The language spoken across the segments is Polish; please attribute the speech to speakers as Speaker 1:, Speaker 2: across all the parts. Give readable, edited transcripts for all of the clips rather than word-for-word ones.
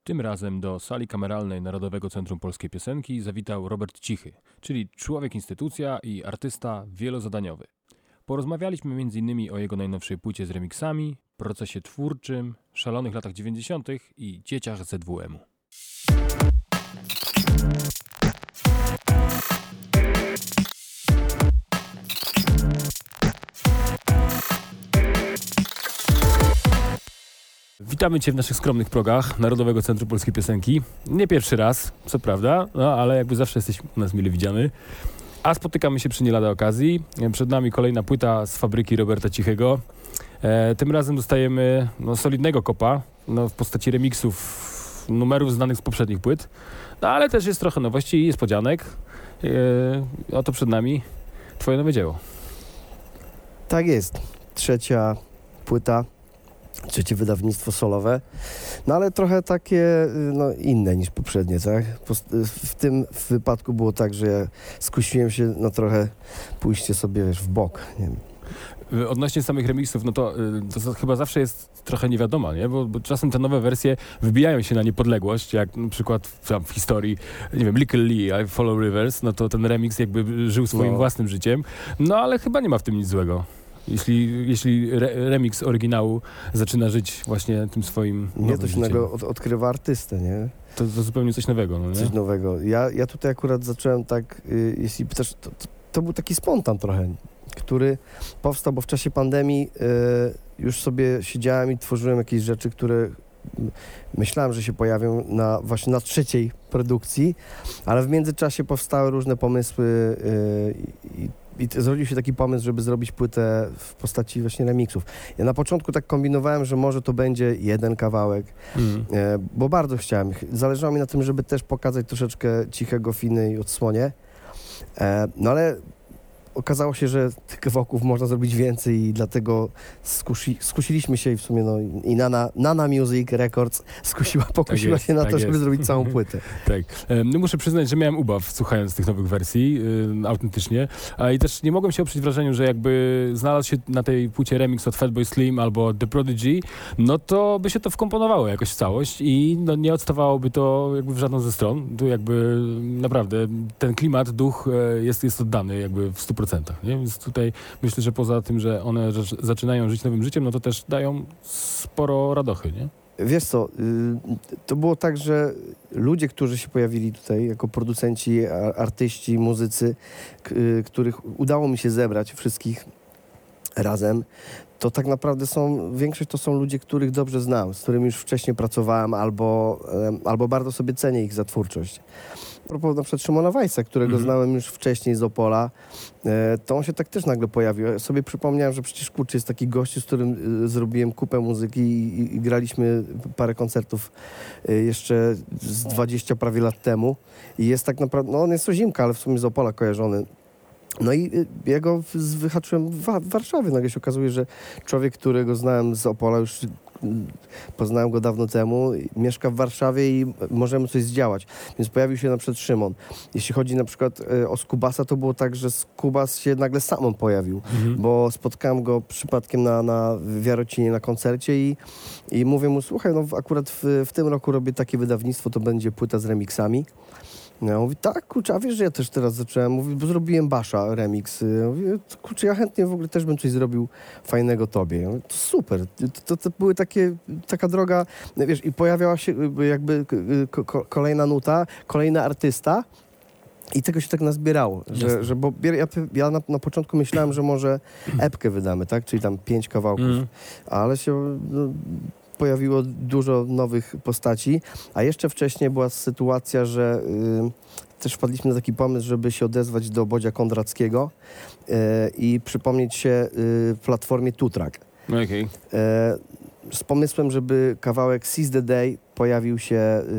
Speaker 1: Tym razem do sali kameralnej Narodowego Centrum Polskiej Piosenki zawitał Robert Cichy, czyli człowiek-instytucja i artysta wielozadaniowy. Porozmawialiśmy m.in. o jego najnowszej płycie z remixami, procesie twórczym, szalonych latach 90. i dzieciach ZWM-u. Witamy Cię w naszych skromnych progach Narodowego Centrum Polskiej Piosenki. Nie pierwszy raz, co prawda, ale jakby zawsze jesteś u nas mile widziany. A spotykamy się przy nie lada okazji. Przed nami kolejna płyta z fabryki Roberta Cichego. Tym razem dostajemy solidnego kopa w postaci remiksów numerów znanych z poprzednich płyt. Ale też jest trochę nowości i niespodzianek. Oto przed nami Twoje nowe dzieło.
Speaker 2: Tak jest. Trzecia płyta. Trzecie wydawnictwo solowe, ale trochę takie inne niż poprzednie, tak? W tym wypadku było tak, że ja skusiłem się na trochę pójście sobie w bok. Nie wiem.
Speaker 1: Odnośnie samych remixów, to chyba zawsze jest trochę niewiadoma, nie? Bo czasem te nowe wersje wybijają się na niepodległość, jak na przykład w historii, nie wiem, Lickle Lee, I Follow Rivers, to ten remix jakby żył swoim własnym życiem, ale chyba nie ma w tym nic złego. Jeśli remix oryginału zaczyna żyć właśnie tym swoim
Speaker 2: nie, to się nagle odkrywa artystę, nie?
Speaker 1: To zupełnie coś nowego, no nie?
Speaker 2: Coś nowego. Ja tutaj akurat zacząłem tak, jeśli pytasz, to był taki spontan trochę, który powstał, bo w czasie pandemii już sobie siedziałem i tworzyłem jakieś rzeczy, które myślałem, że się pojawią właśnie na trzeciej produkcji, ale w międzyczasie powstały różne pomysły i zrodził się taki pomysł, żeby zrobić płytę w postaci właśnie remixów. Ja na początku tak kombinowałem, że może to będzie jeden kawałek, bo bardzo chciałem. Zależało mi na tym, żeby też pokazać troszeczkę Cichego w innej odsłonie. Ale okazało się, że tych kawałków można zrobić więcej i dlatego skusiliśmy się i w sumie i Nana Music Records pokusiła się na to, żeby zrobić całą płytę.
Speaker 1: Tak. Muszę przyznać, że miałem ubaw słuchając tych nowych wersji, autentycznie. I też nie mogłem się oprzeć wrażeniu, że jakby znalazł się na tej płycie remix od Fatboy Slim albo The Prodigy, to by się to wkomponowało jakoś w całość i nie odstawałoby to jakby w żadną ze stron. Tu jakby naprawdę ten klimat, duch jest oddany jakby w 100%. Nie? Więc tutaj myślę, że poza tym, że one zaczynają żyć nowym życiem, to też dają sporo radochy, nie?
Speaker 2: Wiesz co, to było tak, że ludzie, którzy się pojawili tutaj jako producenci, artyści, muzycy, których udało mi się zebrać wszystkich razem, to tak naprawdę większość to są ludzie, których dobrze znam, z którymi już wcześniej pracowałem albo bardzo sobie cenię ich za twórczość. A propos na przykład Szymona Weissa, którego znałem już wcześniej z Opola, to on się tak też nagle pojawił. Ja sobie przypomniałem, że przecież jest taki gościu, z którym zrobiłem kupę muzyki i graliśmy parę koncertów jeszcze z 20 prawie lat temu. I jest tak naprawdę, on jest Ozimka, ale w sumie z Opola kojarzony. I ja go wyhaczyłem w Warszawie. Nagle się okazuje, że człowiek, którego znałem z Opola, już poznałem go dawno temu, mieszka w Warszawie i możemy coś zdziałać. Więc pojawił się na przykład Szymon. Jeśli chodzi na przykład o Skubasa, to było tak, że Skubas się nagle sam pojawił, bo spotkałem go przypadkiem w Jarocinie na koncercie i mówię mu, słuchaj, akurat w tym roku robię takie wydawnictwo, to będzie płyta z remixami. Ja mówię, tak, kurczę, a wiesz, że ja też teraz zacząłem, mówię, bo zrobiłem Basza remix. Ja mówię, kurczę, ja chętnie w ogóle też bym coś zrobił fajnego tobie. Ja mówię, to super, to były taka droga, wiesz, i pojawiała się jakby kolejna nuta, kolejny artysta i tego się tak nazbierało, bo ja na początku myślałem, że może epkę wydamy, tak, czyli tam 5 kawałków, ale się... pojawiło dużo nowych postaci, a jeszcze wcześniej była sytuacja, że też wpadliśmy na taki pomysł, żeby się odezwać do Bodzia Kondrackiego i przypomnieć się platformie Two-Track.
Speaker 1: Okay.
Speaker 2: Z pomysłem, żeby kawałek Seize the Day pojawił się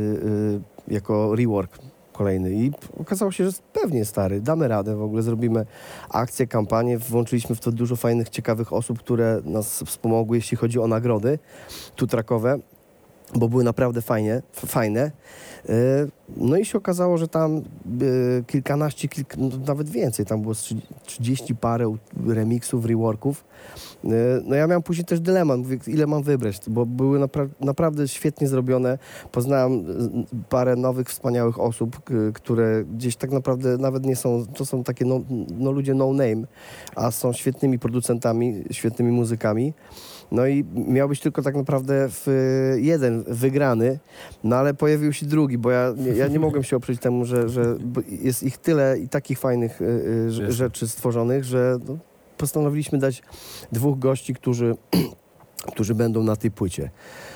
Speaker 2: jako rework kolejny i okazało się, że pewnie stary, damy radę, w ogóle zrobimy akcję, kampanię, włączyliśmy w to dużo fajnych, ciekawych osób, które nas wspomogły, jeśli chodzi o nagrody two-trackowe, bo były naprawdę fajne. No i się okazało, że tam kilkanaście, no, nawet więcej, tam było 30 parę remixów, reworków. No ja miałem później też dylemat, mówię, ile mam wybrać, bo były naprawdę świetnie zrobione. Poznałem parę nowych, wspaniałych osób, które gdzieś tak naprawdę nawet nie są, to są takie no ludzie no name, a są świetnymi producentami, świetnymi muzykami. No i miał być tylko tak naprawdę jeden wygrany, no ale pojawił się drugi, bo ja nie mogłem się oprzeć temu, że jest ich tyle i takich fajnych rzeczy stworzonych, że no, postanowiliśmy dać dwóch gości, którzy będą na tej płycie.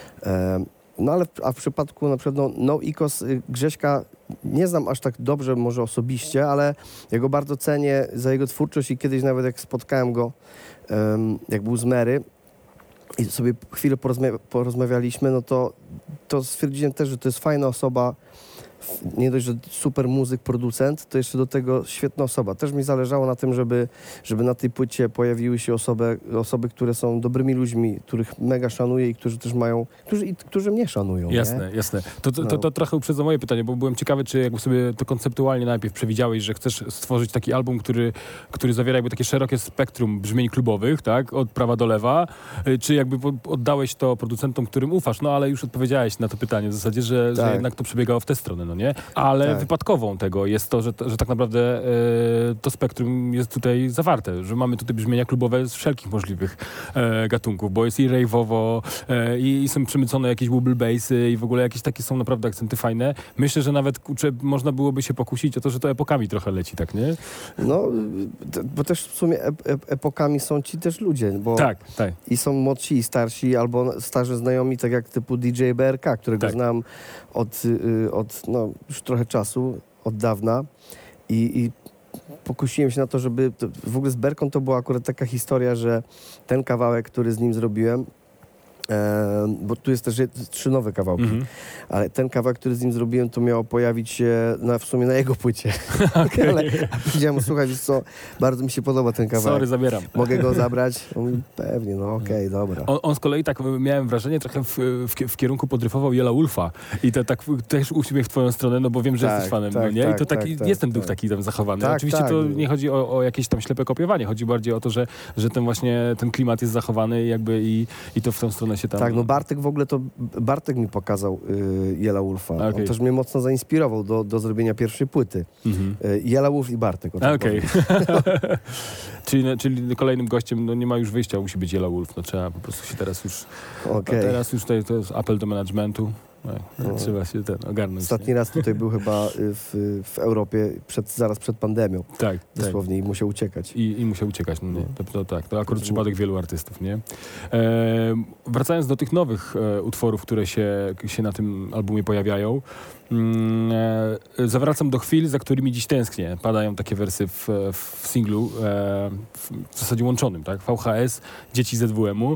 Speaker 2: No ale w przypadku na przykład No Icos, Grześka nie znam aż tak dobrze może osobiście, ale ja go bardzo cenię za jego twórczość i kiedyś nawet jak spotkałem go, jak był z Mary, i sobie chwilę porozmawialiśmy, no to stwierdziłem też, że to jest fajna osoba, nie dość, że super muzyk, producent, to jeszcze do tego świetna osoba. Też mi zależało na tym, żeby na tej płycie pojawiły się osoby, które są dobrymi ludźmi, których mega szanuję i którzy też mają, którzy mnie szanują.
Speaker 1: Jasne,
Speaker 2: nie?
Speaker 1: jasne. To trochę uprzedza moje pytanie, bo byłem ciekawy, czy jakby sobie to konceptualnie najpierw przewidziałeś, że chcesz stworzyć taki album, który zawiera jakby takie szerokie spektrum brzmień klubowych, tak, od prawa do lewa, czy jakby oddałeś to producentom, którym ufasz, no ale już odpowiedziałeś na to pytanie w zasadzie, że jednak to przebiegało w tę stronę, no nie? Ale wypadkową tego jest to, że tak naprawdę to spektrum jest tutaj zawarte, że mamy tutaj brzmienia klubowe z wszelkich możliwych gatunków, bo jest i rave'owo, i są przemycone jakieś wobble bassy i w ogóle jakieś takie są naprawdę akcenty fajne. Myślę, że nawet można byłoby się pokusić o to, że to epokami trochę leci, tak, nie?
Speaker 2: No, bo też w sumie epokami są ci też ludzie, bo
Speaker 1: tak.
Speaker 2: I są młodsi i starsi, albo starzy znajomi, tak jak typu DJ BRK, którego znam od już trochę czasu, od dawna i pokusiłem się na to, żeby... W ogóle z Berką to była akurat taka historia, że ten kawałek, który z nim zrobiłem, bo tu jest też 3 nowe kawałki, ale ten kawałek, który z nim zrobiłem, to miało pojawić się w sumie na jego płycie. Ale powiedziałem mu, słuchaj, wiesz co, bardzo mi się podoba ten kawałek.
Speaker 1: Sorry, zabieram.
Speaker 2: Mogę go zabrać? On mówi, pewnie, no okej, dobra.
Speaker 1: On z kolei tak miałem wrażenie, trochę w kierunku podryfował Yellow Wolfa i to tak też uśmiech w twoją stronę, no bo wiem, że jesteś fanem, no nie? I to jest ten duch taki tam zachowany. Oczywiście to nie chodzi o jakieś tam ślepe kopiowanie, chodzi bardziej o to, że ten właśnie ten klimat jest zachowany jakby i to w tą stronę się tam...
Speaker 2: Tak, no Bartek w ogóle to... Bartek mi pokazał Yellow Wolfa. Okay. On też mnie mocno zainspirował do zrobienia pierwszej płyty. Yellow Wolf i Bartek.
Speaker 1: Okej. Czyli kolejnym gościem no nie ma już wyjścia, musi być Yellow Wolf. No trzeba po prostu się teraz już... Teraz już to jest apel do managementu. Trzeba się ogarnąć.
Speaker 2: Ostatni raz tutaj był chyba w Europie zaraz przed pandemią.
Speaker 1: Tak.
Speaker 2: Dosłownie i musiał uciekać.
Speaker 1: I musiał uciekać, no nie. To akurat przypadek wielu artystów, nie? Wracając do tych nowych utworów, które się na tym albumie pojawiają, zawracam do chwil, za którymi dziś tęsknię. Padają takie wersy w singlu, w zasadzie łączonym, tak? VHS, Dzieci ZWM-u.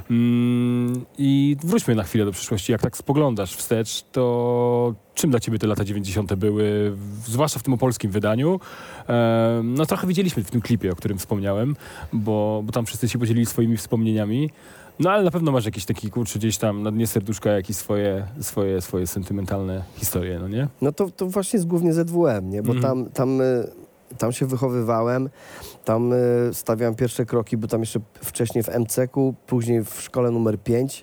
Speaker 1: I wróćmy na chwilę do przyszłości. Jak tak spoglądasz wstecz, to czym dla ciebie te lata 90. były, zwłaszcza w tym opolskim wydaniu? No trochę widzieliśmy w tym klipie, o którym wspomniałem, bo tam wszyscy się podzielili swoimi wspomnieniami. No ale na pewno masz jakieś taki, gdzieś tam na dnie serduszka jakieś swoje sentymentalne historie, no nie?
Speaker 2: No to właśnie jest głównie ZWM, nie? Bo tam się wychowywałem, tam stawiałem pierwsze kroki, bo tam jeszcze wcześniej w MCK-u, później w szkole numer 5,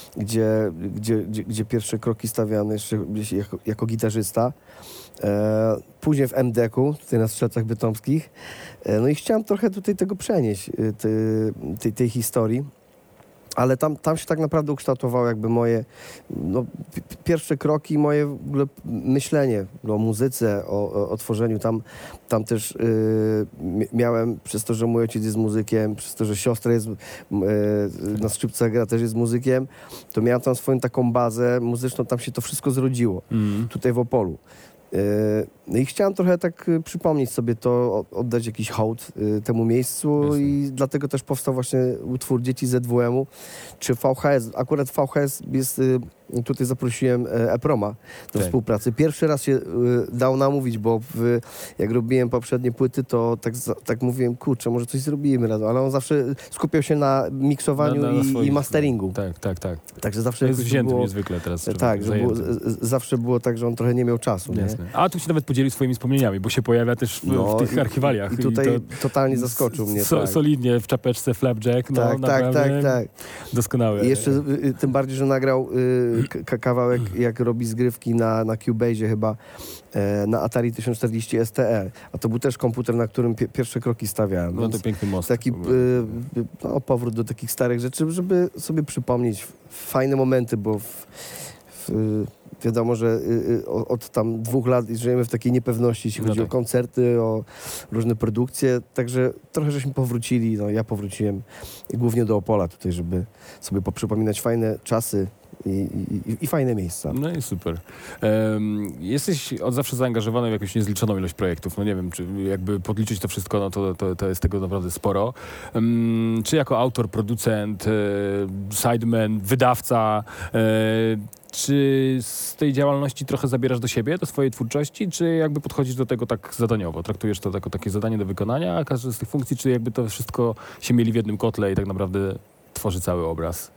Speaker 2: gdzie pierwsze kroki stawiałem jeszcze jako gitarzysta. Później w MDK-u, tutaj na Strzelcach Bytomskich. No i chciałem trochę tutaj tego przenieść, tej historii. Ale tam się tak naprawdę ukształtowało jakby moje pierwsze kroki, moje w ogóle myślenie o muzyce, o tworzeniu. Tam też miałem, przez to, że mój ojciec jest muzykiem, przez to, że siostra jest na skrzypcach gra, też jest muzykiem, to miałem tam swoją taką bazę muzyczną, tam się to wszystko zrodziło, tutaj w Opolu. No i chciałem trochę tak przypomnieć sobie to, oddać jakiś hołd temu miejscu. Jasne. I dlatego też powstał właśnie utwór Dzieci ZWM-u, czy VHS. Akurat VHS jest I tutaj zaprosiłem Eproma do
Speaker 1: Tak.
Speaker 2: współpracy. Pierwszy raz się dał namówić, bo jak robiłem poprzednie płyty, to tak mówiłem, kurczę, może coś zrobimy razem, ale on zawsze skupiał się na miksowaniu
Speaker 1: Na
Speaker 2: i
Speaker 1: swoich-
Speaker 2: mast,eringu.
Speaker 1: Tak.
Speaker 2: Także zawsze
Speaker 1: To jest
Speaker 2: jakoś
Speaker 1: wzięty
Speaker 2: było,
Speaker 1: niezwykle teraz.
Speaker 2: tak, że było,
Speaker 1: zajęty.
Speaker 2: zawsze było tak, że on trochę nie miał czasu. Nie?
Speaker 1: Jasne. A tu się nawet podzielił swoimi wspomnieniami, bo się pojawia też w tych archiwaliach.
Speaker 2: I tutaj
Speaker 1: to
Speaker 2: totalnie zaskoczył mnie. Tak.
Speaker 1: Solidnie w czapeczce Flapjack. No,
Speaker 2: Tak.
Speaker 1: naprawdę Doskonałe.
Speaker 2: I jeszcze tym bardziej, że nagrał kawałek, jak robi zgrywki na Cubase'ie chyba, na Atari 1040 STE. A to był też komputer, na którym pierwsze kroki stawiałem.
Speaker 1: No to
Speaker 2: Więc
Speaker 1: piękny most.
Speaker 2: taki powrót do takich starych rzeczy, żeby sobie przypomnieć fajne momenty, bo wiadomo, że od tam 2 lat żyjemy w takiej niepewności, jeśli chodzi o koncerty, o różne produkcje, także trochę żeśmy powrócili, no ja powróciłem głównie do Opola tutaj, żeby sobie poprzypominać fajne czasy i fajne miejsca.
Speaker 1: No i super. Jesteś od zawsze zaangażowany w jakąś niezliczoną ilość projektów. No nie wiem, czy jakby podliczyć to wszystko, no to jest tego naprawdę sporo. Czy jako autor, producent, sideman, wydawca, czy z tej działalności trochę zabierasz do siebie, do swojej twórczości, czy jakby podchodzisz do tego tak zadaniowo? Traktujesz to jako takie zadanie do wykonania, a każde z tych funkcji, czy jakby to wszystko się mieli w jednym kotle i tak naprawdę tworzy cały obraz?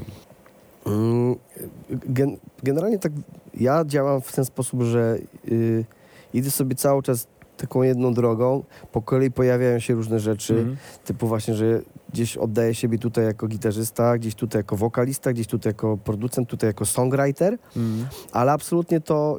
Speaker 2: Generalnie tak ja działam w ten sposób, że idę sobie cały czas taką jedną drogą, po kolei pojawiają się różne rzeczy, typu właśnie, że gdzieś oddaję siebie tutaj jako gitarzysta, gdzieś tutaj jako wokalista, gdzieś tutaj jako producent, tutaj jako songwriter, ale absolutnie to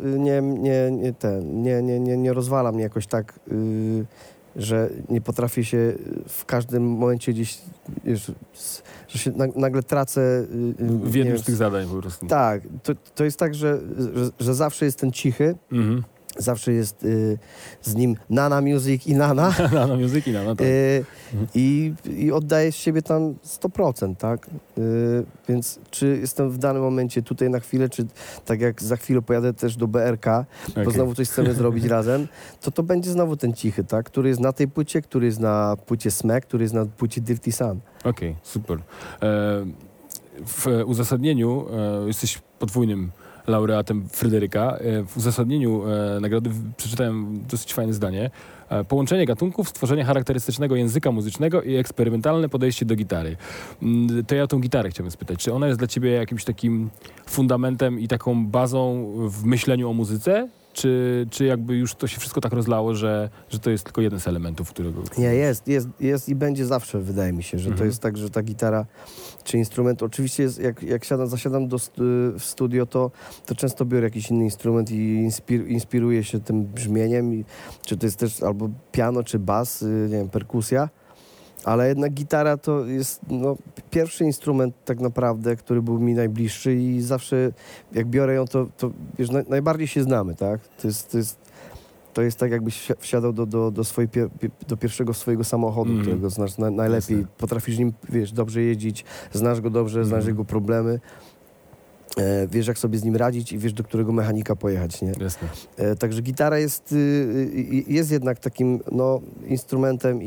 Speaker 2: nie rozwala mnie jakoś tak, że nie potrafię się w każdym momencie gdzieś, że się nagle tracę.
Speaker 1: W jednym z tych zadań po prostu.
Speaker 2: Tak, to jest tak, że zawsze jest ten cichy, zawsze jest z nim Nana Music i Nana.
Speaker 1: Nana Music i Nana, tak.
Speaker 2: I oddaję z siebie tam 100%, tak? Więc czy jestem w danym momencie tutaj na chwilę, czy tak jak za chwilę pojadę też do BRK, bo znowu coś chcemy zrobić razem, to będzie znowu ten cichy, tak? Który jest na tej płycie, który jest na płycie Smack, który jest na płycie Dirty Sun.
Speaker 1: Okej, super. W uzasadnieniu jesteś podwójnym laureatem Fryderyka. W uzasadnieniu nagrody przeczytałem dosyć fajne zdanie. Połączenie gatunków, stworzenie charakterystycznego języka muzycznego i eksperymentalne podejście do gitary. To ja o tą gitarę chciałbym spytać. Czy ona jest dla ciebie jakimś takim fundamentem i taką bazą w myśleniu o muzyce? Czy jakby już to się wszystko tak rozlało, że to jest tylko jeden z elementów, którego...
Speaker 2: Nie, jest i będzie zawsze, wydaje mi się, że to jest tak, że ta gitara czy instrument, oczywiście jest, jak zasiadam w studio, to często biorę jakiś inny instrument i inspiruję się tym brzmieniem, czy to jest też albo piano, czy bas, nie wiem, perkusja, ale jednak gitara to jest pierwszy instrument tak naprawdę, który był mi najbliższy i zawsze jak biorę ją, to wiesz, najbardziej się znamy, tak? To jest tak, jakbyś wsiadał do pierwszego swojego samochodu, którego znasz najlepiej.
Speaker 1: Jasne.
Speaker 2: Potrafisz nim, wiesz, dobrze jeździć, znasz go dobrze, znasz jego problemy, wiesz, jak sobie z nim radzić i wiesz, do którego mechanika pojechać, nie?
Speaker 1: Jasne.
Speaker 2: Także gitara jest jednak takim instrumentem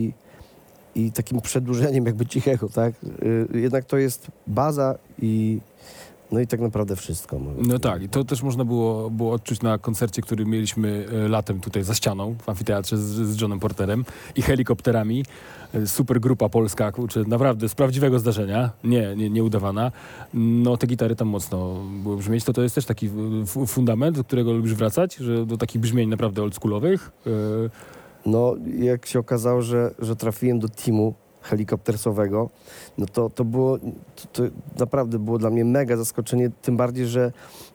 Speaker 2: i takim przedłużeniem jakby cichego, tak? Jednak to jest baza i tak naprawdę wszystko.
Speaker 1: No tak, i to też można było odczuć na koncercie, który mieliśmy latem tutaj za ścianą w amfiteatrze z Johnem Porterem i helikopterami. Super grupa polska, kurczę, naprawdę z prawdziwego zdarzenia, nie udawana. No te gitary tam mocno było brzmieć. To jest też taki fundament, do którego lubisz wracać, że do takich brzmień naprawdę oldschoolowych.
Speaker 2: Jak się okazało, że trafiłem do teamu helikoptersowego, to było, to naprawdę było dla mnie mega zaskoczenie, tym bardziej, że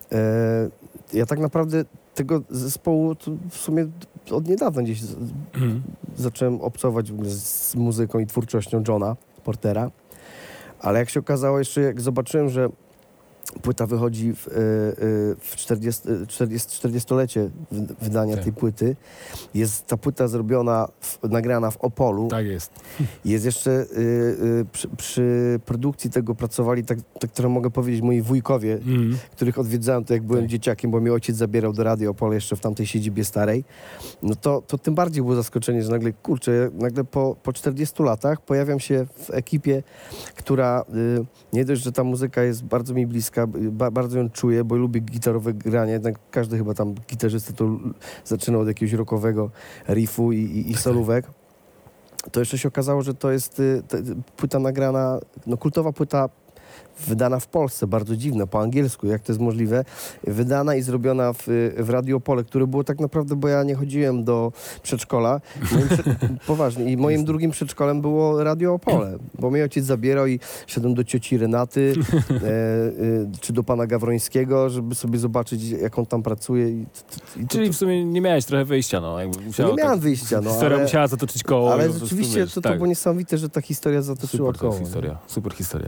Speaker 2: ja tak naprawdę tego zespołu w sumie od niedawna gdzieś zacząłem obcować w ogóle z muzyką i twórczością Johna Portera, ale jak się okazało jeszcze, jak zobaczyłem, że płyta wychodzi w 40-lecie wydania tej płyty. Jest ta płyta zrobiona, nagrana w Opolu.
Speaker 1: Tak jest.
Speaker 2: Jest jeszcze przy produkcji tego pracowali, tak które mogę powiedzieć, moi wujkowie, których odwiedzałem to jak byłem dzieciakiem, bo mnie ojciec zabierał do Radia Opole jeszcze w tamtej siedzibie starej. To tym bardziej było zaskoczenie, że nagle po 40 latach pojawiam się w ekipie, która nie dość, że ta muzyka jest bardzo mi bliska, angielska. Bardzo ją czuję, bo lubię gitarowe granie. Jednak każdy chyba tam gitarzysta to zaczynał od jakiegoś rockowego riffu i solówek. To jeszcze się okazało, że to jest płyta nagrana, no kultowa płyta wydana w Polsce, bardzo dziwna, po angielsku, jak to jest możliwe, wydana i zrobiona w Radio Opole, które było tak naprawdę, bo ja nie chodziłem do przedszkola, poważnie, i moim drugim przedszkolem było Radio Opole, bo mnie ojciec zabierał i szedłem do cioci Renaty, czy do pana Gawrońskiego, żeby sobie zobaczyć, jak on tam pracuje.
Speaker 1: Czyli w sumie nie miałeś trochę wyjścia, no.
Speaker 2: Nie miałem wyjścia, no.
Speaker 1: Historia musiała zatoczyć koło.
Speaker 2: Ale
Speaker 1: i po prostu,
Speaker 2: rzeczywiście
Speaker 1: wiesz,
Speaker 2: to
Speaker 1: tak.
Speaker 2: było niesamowite, że ta historia zatoczyła
Speaker 1: Super to
Speaker 2: koło.
Speaker 1: jest historia, super historia.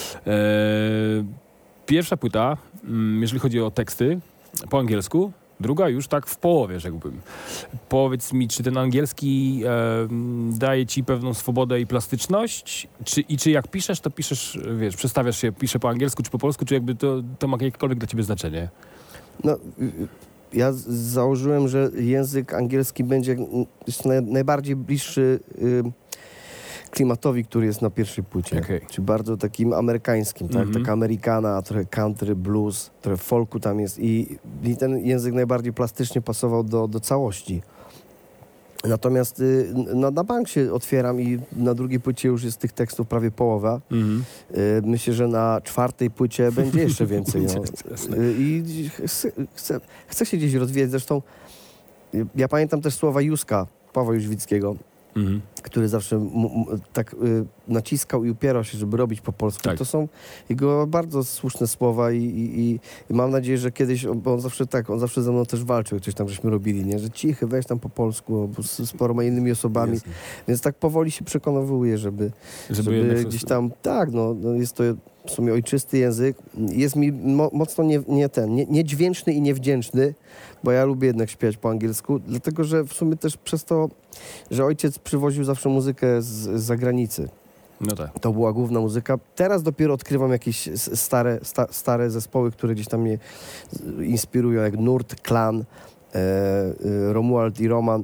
Speaker 1: Pierwsza płyta, jeżeli chodzi o teksty, po angielsku, druga już tak w połowie, rzekłbym. Powiedz mi, czy ten angielski daje ci pewną swobodę i plastyczność? Czy jak piszesz, to piszesz, wiesz, przestawiasz się, piszę po angielsku czy po polsku, czy jakby to ma jakiekolwiek dla ciebie znaczenie?
Speaker 2: No, ja założyłem, że język angielski będzie najbardziej bliższy klimatowi, który jest na pierwszej płycie.
Speaker 1: Okay.
Speaker 2: Czyli bardzo takim amerykańskim, tak? Taka Amerykana, trochę country, blues, trochę folku tam jest i ten język najbardziej plastycznie pasował do całości. Natomiast na bank się otwieram i na drugiej płycie już jest tych tekstów prawie połowa. Myślę, że na czwartej płycie będzie jeszcze więcej. No. I chcę się gdzieś rozwijać. Zresztą ja pamiętam też słowa Józka, Pawła Jóźwickiego, który zawsze tak naciskał i upierał się, żeby robić po polsku.
Speaker 1: Tak.
Speaker 2: To są jego bardzo słuszne słowa i mam nadzieję, że kiedyś, bo on zawsze ze mną też walczył, coś tam żeśmy robili, nie? Że cichy, weź tam po polsku, bo z paroma innymi osobami.
Speaker 1: Jasne.
Speaker 2: Więc tak powoli się przekonywuję, żeby gdzieś tam, tak, no jest to w sumie ojczysty język. Jest mi mocno niedźwięczny i niewdzięczny, bo ja lubię jednak śpiewać po angielsku, dlatego że w sumie też przez to, że ojciec przywoził zawsze muzykę z zagranicy.
Speaker 1: No tak.
Speaker 2: To była główna muzyka. Teraz dopiero odkrywam jakieś stare zespoły, które gdzieś tam mnie inspirują, jak Nurt, Klan, Romuald i Roman.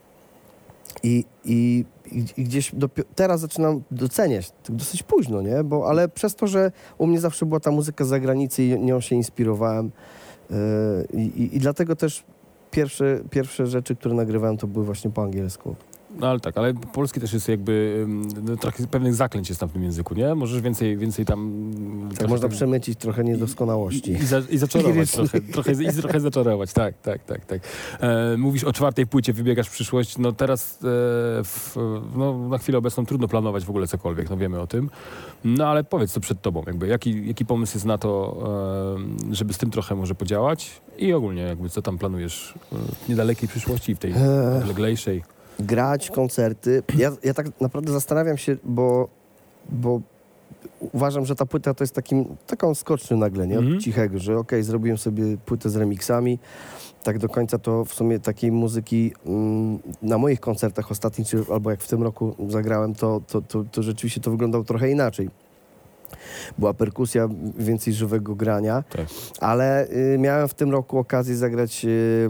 Speaker 2: I gdzieś teraz zaczynam doceniać, tak dosyć późno, nie? Ale przez to, że u mnie zawsze była ta muzyka z zagranicy i nią się inspirowałem. I dlatego też pierwsze rzeczy, które nagrywałem, to były właśnie po angielsku.
Speaker 1: No ale tak, ale polski też jest jakby, no, trochę pewnych zaklęć jest tam w tym języku, nie? Możesz więcej tam...
Speaker 2: Tak można przemycić trochę niedoskonałości.
Speaker 1: I zaczarować trochę zaczarować, tak. Mówisz o czwartej płycie, wybiegasz w przyszłość, no teraz na chwilę obecną trudno planować w ogóle cokolwiek, no wiemy o tym. No ale powiedz, co przed tobą, jakby, jaki pomysł jest na to, żeby z tym trochę może podziałać i ogólnie jakby co tam planujesz w niedalekiej przyszłości i w tej odleglejszej?
Speaker 2: Grać, koncerty. Ja tak naprawdę zastanawiam się, bo uważam, że ta płyta to jest taką skocznią nagle, nie? Od cichego, że zrobiłem sobie płytę z remixami. Tak do końca to w sumie takiej muzyki na moich koncertach ostatnich, albo jak w tym roku zagrałem, to rzeczywiście to wyglądało trochę inaczej. Była perkusja, więcej żywego grania,
Speaker 1: Tak.
Speaker 2: ale miałem w tym roku okazję zagrać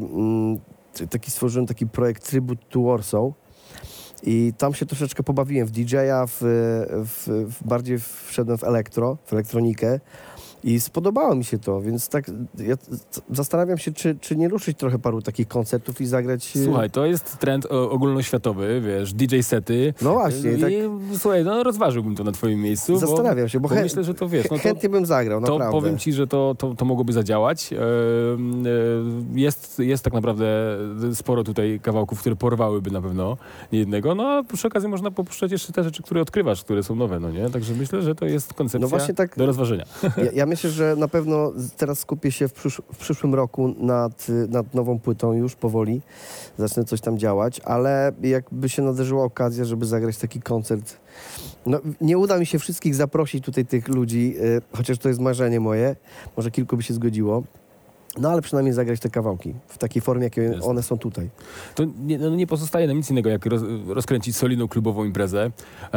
Speaker 2: stworzyłem taki projekt Tribute to Warsaw i tam się troszeczkę pobawiłem w DJ-a, bardziej wszedłem w elektronikę i spodobało mi się to, więc tak ja zastanawiam się, czy nie ruszyć trochę paru takich koncertów i zagrać...
Speaker 1: Słuchaj, to jest trend ogólnoświatowy, wiesz, DJ-sety.
Speaker 2: No właśnie.
Speaker 1: Słuchaj, rozważyłbym to na twoim miejscu.
Speaker 2: Zastanawiam się, bo
Speaker 1: myślę, że to wiesz... No
Speaker 2: chętnie bym zagrał, naprawdę.
Speaker 1: Powiem ci, że to mogłoby zadziałać. Jest tak naprawdę sporo tutaj kawałków, które porwałyby na pewno niejednego, no a przy okazji można popuszczać jeszcze te rzeczy, które odkrywasz, które są nowe, no nie? Także myślę, że to jest koncepcja do rozważenia.
Speaker 2: Ja myślę, że na pewno teraz skupię się w przyszłym roku nad nową płytą już powoli. Zacznę coś tam działać, ale jakby się nadarzyła okazja, żeby zagrać taki koncert. No, nie uda mi się wszystkich zaprosić tutaj tych ludzi, chociaż to jest marzenie moje. Może kilku by się zgodziło. No ale przynajmniej zagrać te kawałki w takiej formie, jakie one są tutaj.
Speaker 1: To nie pozostaje nam nic innego, jak rozkręcić solidną klubową imprezę.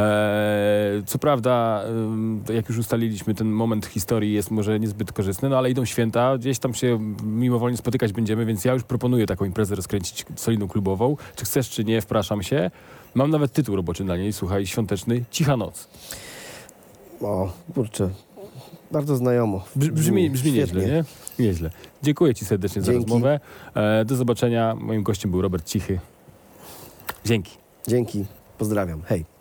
Speaker 1: Co prawda, jak już ustaliliśmy, ten moment historii jest może niezbyt korzystny, no ale idą święta, gdzieś tam się mimowolnie spotykać będziemy, więc ja już proponuję taką imprezę rozkręcić solidną klubową. Czy chcesz, czy nie, wpraszam się. Mam nawet tytuł roboczy na niej, słuchaj, świąteczny, Cicha noc.
Speaker 2: O, kurczę. Bardzo znajomo.
Speaker 1: Brzmi
Speaker 2: Świetnie.
Speaker 1: nieźle, nie? Nieźle. Dziękuję Ci serdecznie za
Speaker 2: Dzięki.
Speaker 1: rozmowę. Do zobaczenia. Moim gościem był Robert Cichy. Dzięki.
Speaker 2: Dzięki. Pozdrawiam. Hej.